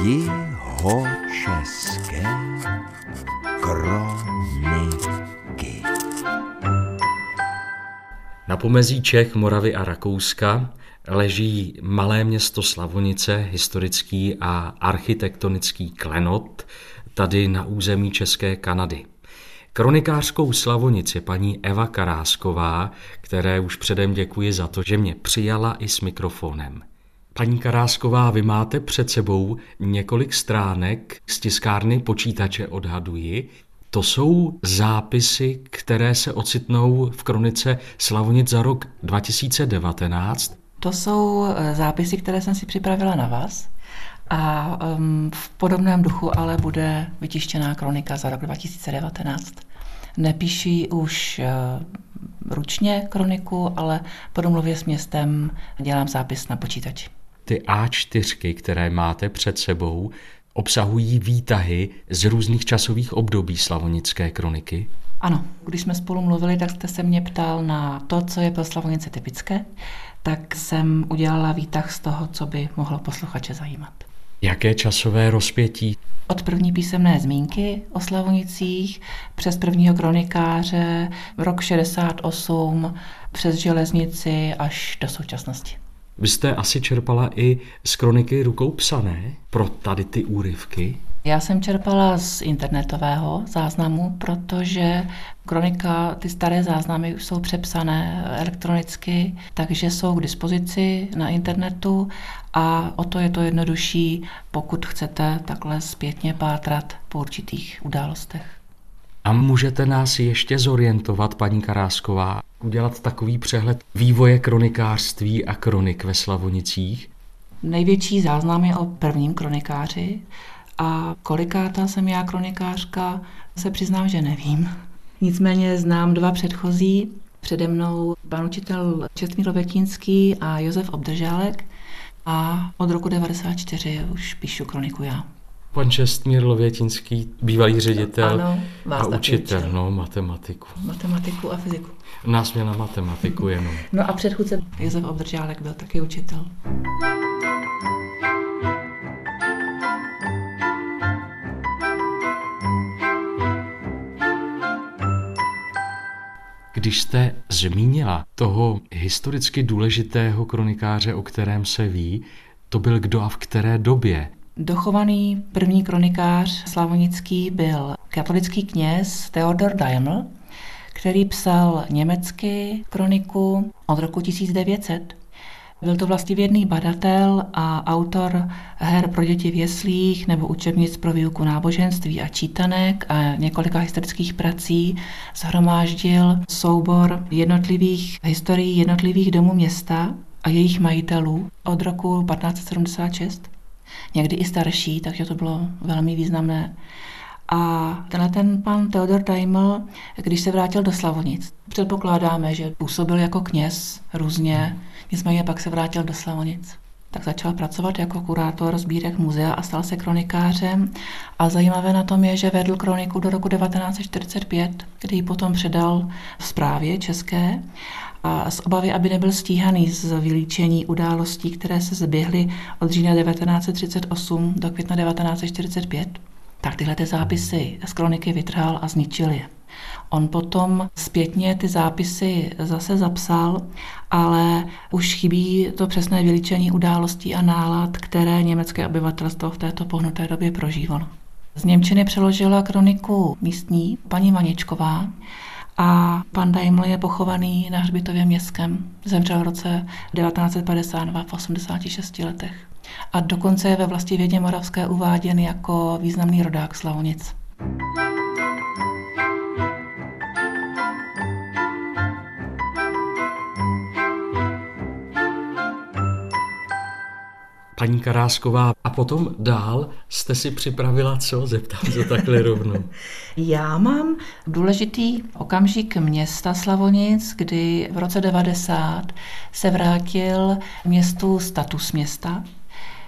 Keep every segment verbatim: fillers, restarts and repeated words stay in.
Jihočeské kroniky. Na pomezí Čech, Moravy a Rakouska leží malé město Slavonice, historický a architektonický klenot, tady na území České Kanady. Kronikářskou Slavonic je paní Eva Karásková, které už předem děkuji za to, že mě přijala i s mikrofonem. Paní Karásková, vy máte před sebou několik stránek z tiskárny počítače, odhaduji. To jsou zápisy, které se ocitnou v kronice Slavonic za rok dva tisíce devatenáct. To jsou zápisy, které jsem si připravila na vás a um, v podobném duchu ale bude vytištěná kronika za rok dva tisíce devatenáct. Nepíši už uh, ručně kroniku, ale po domluvě s městem dělám zápis na počítači. Ty á čtyřky, které máte před sebou, obsahují výtahy z různých časových období slavonické kroniky? Ano, když jsme spolu mluvili, tak jste se mě ptal na to, co je pro Slavonice typické, tak jsem udělala výtah z toho, co by mohlo posluchače zajímat. Jaké časové rozpětí? Od první písemné zmínky o Slavonicích, přes prvního kronikáře, rok šedesát osm, přes železnici až do současnosti. Vy jste asi čerpala i z kroniky rukou psané pro tady ty úryvky? Já jsem čerpala z internetového záznamu, protože kronika, ty staré záznamy už jsou přepsané elektronicky, takže jsou k dispozici na internetu a o to je to jednodušší, pokud chcete takhle zpětně pátrat po určitých událostech. A můžete nás ještě zorientovat, paní Karásková, udělat takový přehled vývoje kronikářství a kronik ve Slavonicích? Největší záznam je o prvním kronikáři a kolikátá jsem já kronikářka, se přiznám, že nevím. Nicméně znám dva předchozí, přede mnou pan učitel Čestmír Lovětínský a Josef Obdržálek a od roku devadesát čtyři už píšu kroniku já. Pan Čestmír Lovětínský, bývalý ředitel ano, a učitel, no, matematiku. Matematiku a fyziku. Nás měl na matematiku jenom. No a předchůdce Josef Obdržálek byl taky učitel. Když jste zmínila toho historicky důležitého kronikáře, o kterém se ví, to byl kdo a v které době? Dochovaný první kronikář slavonický byl katolický kněz Theodor Daimler, který psal německy kroniku od roku tisíc devět set. Byl to vlastivědný badatel a autor her pro děti v jeslích nebo učebnic pro výuku náboženství a čítanek a několika historických prací. Shromáždil soubor jednotlivých historií jednotlivých domů města a jejich majitelů od roku patnáct set sedmdesát šest. Někdy i starší, takže to bylo velmi významné. A tenhle ten pan Theodor Daimler, když se vrátil do Slavonic, předpokládáme, že působil jako kněz různě, nicméně pak se vrátil do Slavonic. Tak začal pracovat jako kurátor sbírek muzea a stal se kronikářem. A zajímavé na tom je, že vedl kroniku do roku devatenáct set čtyřicet pět, kdy ji potom předal správě české. A z obavy, aby nebyl stíhaný z vylíčení událostí, které se zběhly od října devatenáct set třicet osm do května devatenáct set čtyřicet pět, tak tyhle ty zápisy z kroniky vytrhal a zničil je. On potom zpětně ty zápisy zase zapsal, ale už chybí to přesné vylíčení událostí a nálad, které německé obyvatelstvo v této pohnuté době prožívalo. Z němčiny přeložila kroniku místní paní Maničková a pan Daimler je pochovaný na hřbitově městském. Zemřel v roce devatenáct set padesát dva v osmdesáti šesti letech. A dokonce je ve Vlastivědě moravské uváděn jako významný rodák Slavonic. Paní Karásková, a potom dál jste si připravila co? Zeptám se takhle rovnou. Já mám důležitý okamžik města Slavonic, kdy v roce devadesát se vrátil městu status města.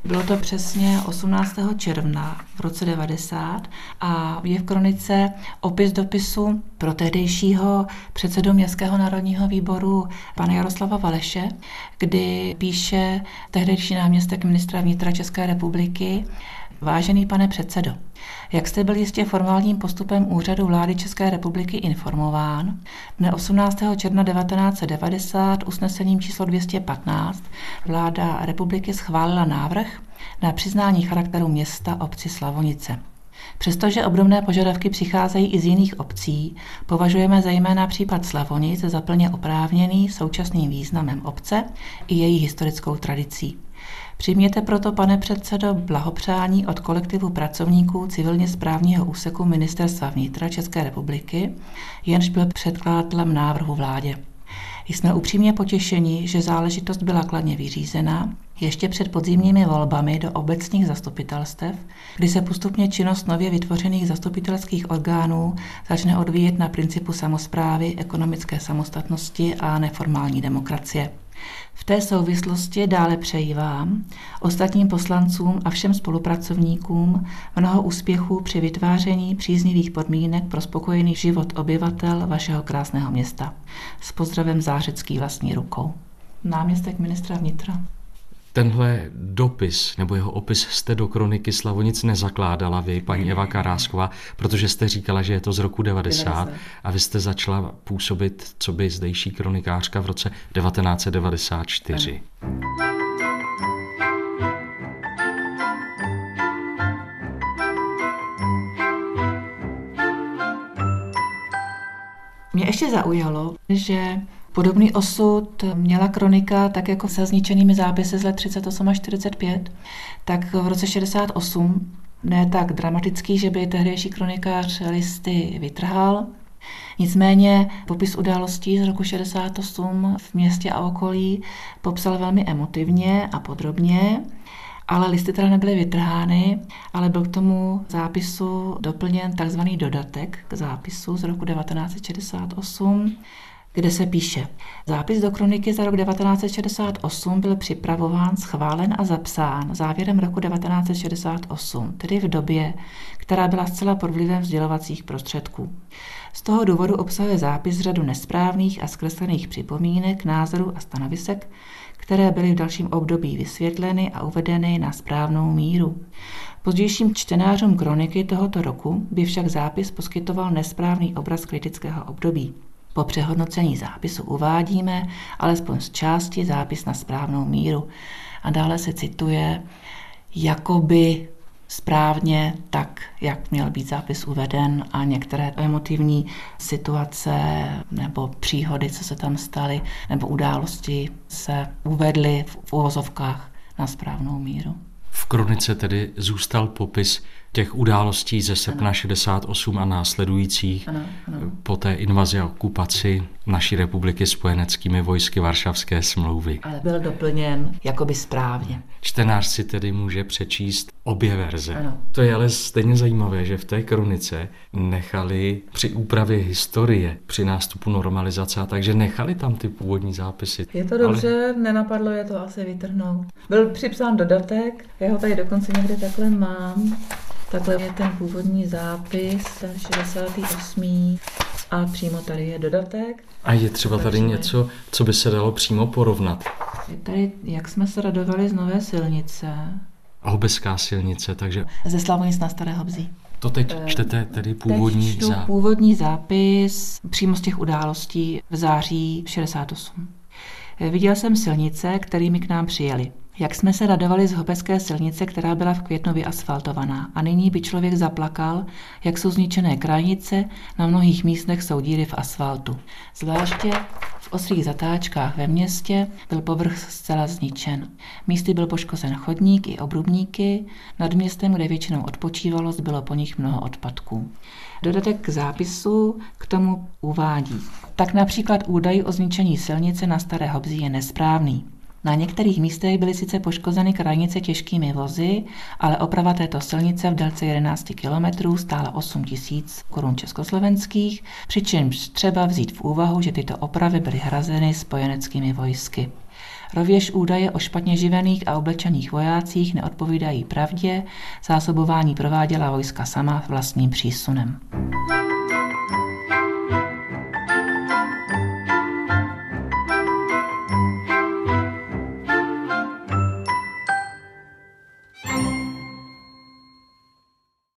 Bylo to přesně osmnáctého června v roce devadesát a je v kronice opis dopisu pro tehdejšího předsedu Městského národního výboru pana Jaroslava Valeše, kdy píše tehdejší náměstek ministra vnitra České republiky: Vážený pane předsedo, jak jste byl jistě formálním postupem Úřadu vlády České republiky informován, dne osmnáctého června devatenáct set devadesát usnesením číslo dvě stě patnáct vláda republiky schválila návrh na přiznání charakteru města obci Slavonice. Přestože obdobné požadavky přicházejí i z jiných obcí, považujeme zejména případ Slavonic za plně oprávněný současným významem obce i její historickou tradicí. Přijměte proto, pane předsedo, blahopřání od kolektivu pracovníků civilně správního úseku Ministerstva vnitra České republiky, jenž byl předkladatelem návrhu vládě. Jsme upřímně potěšeni, že záležitost byla kladně vyřízena ještě před podzimními volbami do obecních zastupitelstev, kdy se postupně činnost nově vytvořených zastupitelských orgánů začne odvíjet na principu samosprávy, ekonomické samostatnosti a neformální demokracie. V té souvislosti dále přeji vám, ostatním poslancům a všem spolupracovníkům mnoho úspěchů při vytváření příznivých podmínek pro spokojený život obyvatel vašeho krásného města. S pozdravem Zářecký vlastní rukou. Náměstek ministra vnitra. Tenhle dopis nebo jeho opis jste do kroniky Slavonic nezakládala vy, paní Eva Karásková, protože jste říkala, že je to z roku devadesát a vy jste začala působit coby zdejší kronikářka v roce devatenáct set devadesát čtyři. Mě ještě zaujalo, že podobný osud měla kronika, tak jako se zničenými zápisy z let třicet osm až čtyřicet pět, tak v roce šedesát osm, ne tak dramatický, že by tehdejší kronikář listy vytrhal. Nicméně popis událostí z roku šedesát osm v městě a okolí popsal velmi emotivně a podrobně, ale listy teda nebyly vytrhány, ale byl k tomu zápisu doplněn takzvaný dodatek k zápisu z roku devatenáct set šedesát osm, kde se píše: Zápis do kroniky za rok devatenáct set šedesát osm byl připravován, schválen a zapsán závěrem roku devatenáct set šedesát osm, tedy v době, která byla zcela pod vlivem sdělovacích prostředků. Z toho důvodu obsahuje zápis řadu nesprávných a zkreslených připomínek, názorů a stanovisek, které byly v dalším období vysvětleny a uvedeny na správnou míru. Pozdějším čtenářům kroniky tohoto roku by však zápis poskytoval nesprávný obraz kritického období. Po přehodnocení zápisu uvádíme alespoň z části zápis na správnou míru. A dále se cituje jakoby správně tak, jak měl být zápis uveden, a některé emotivní situace nebo příhody, co se tam staly, nebo události se uvedly v uvozovkách na správnou míru. V kronice tedy zůstal popis těch událostí ze srpna ano. šedesát osm a následujících ano, ano. po té invazi a okupaci naší republiky spojeneckými vojsky Varšavské smlouvy. Ale byl doplněn jakoby správně. Čtenář si tedy může přečíst obě verze. Ano. To je ale stejně zajímavé, že v té kronice nechali při úpravě historie, při nástupu normalizace, takže nechali tam ty původní zápisy. Je to dobře, ale nenapadlo je to asi vytrhnout. Byl připsán dodatek, já ho tady dokonce někde takhle mám. Takhle je ten původní zápis, ten šedesátý osmý a přímo tady je dodatek. A je třeba tady něco, co by se dalo přímo porovnat. Je tady, jak jsme se radovali z nové silnice. Hobeská silnice, takže ze Slavonic na Staré Hobzí. To teď čtete tedy původní teď zápis. původní zápis přímo z těch událostí v září šedesát osm. Viděl jsem silnice, kterými k nám přijeli. Jak jsme se radovali z Hobeské silnice, která byla v květnu vyasfaltovaná, a nyní by člověk zaplakal, jak jsou zničené krajnice, na mnohých místech jsou díry v asfaltu. Zvláště v ostrých zatáčkách ve městě byl povrch zcela zničen. Místy byl poškozen chodník i obrubníky, nad městem, kde většinou odpočívalo, zbylo po nich mnoho odpadků. Dodatek k zápisu k tomu uvádí: tak například údaj o zničení silnice na Staré Hobzí je nesprávný. Na některých místech byly sice poškozeny krajnice těžkými vozy, ale oprava této silnice v délce jedenáct kilometrů stála osm tisíc korun československých, přičemž třeba vzít v úvahu, že tyto opravy byly hrazeny spojeneckými vojsky. Rovněž údaje o špatně živených a oblečených vojácích neodpovídají pravdě, zásobování prováděla vojska sama vlastním přísunem.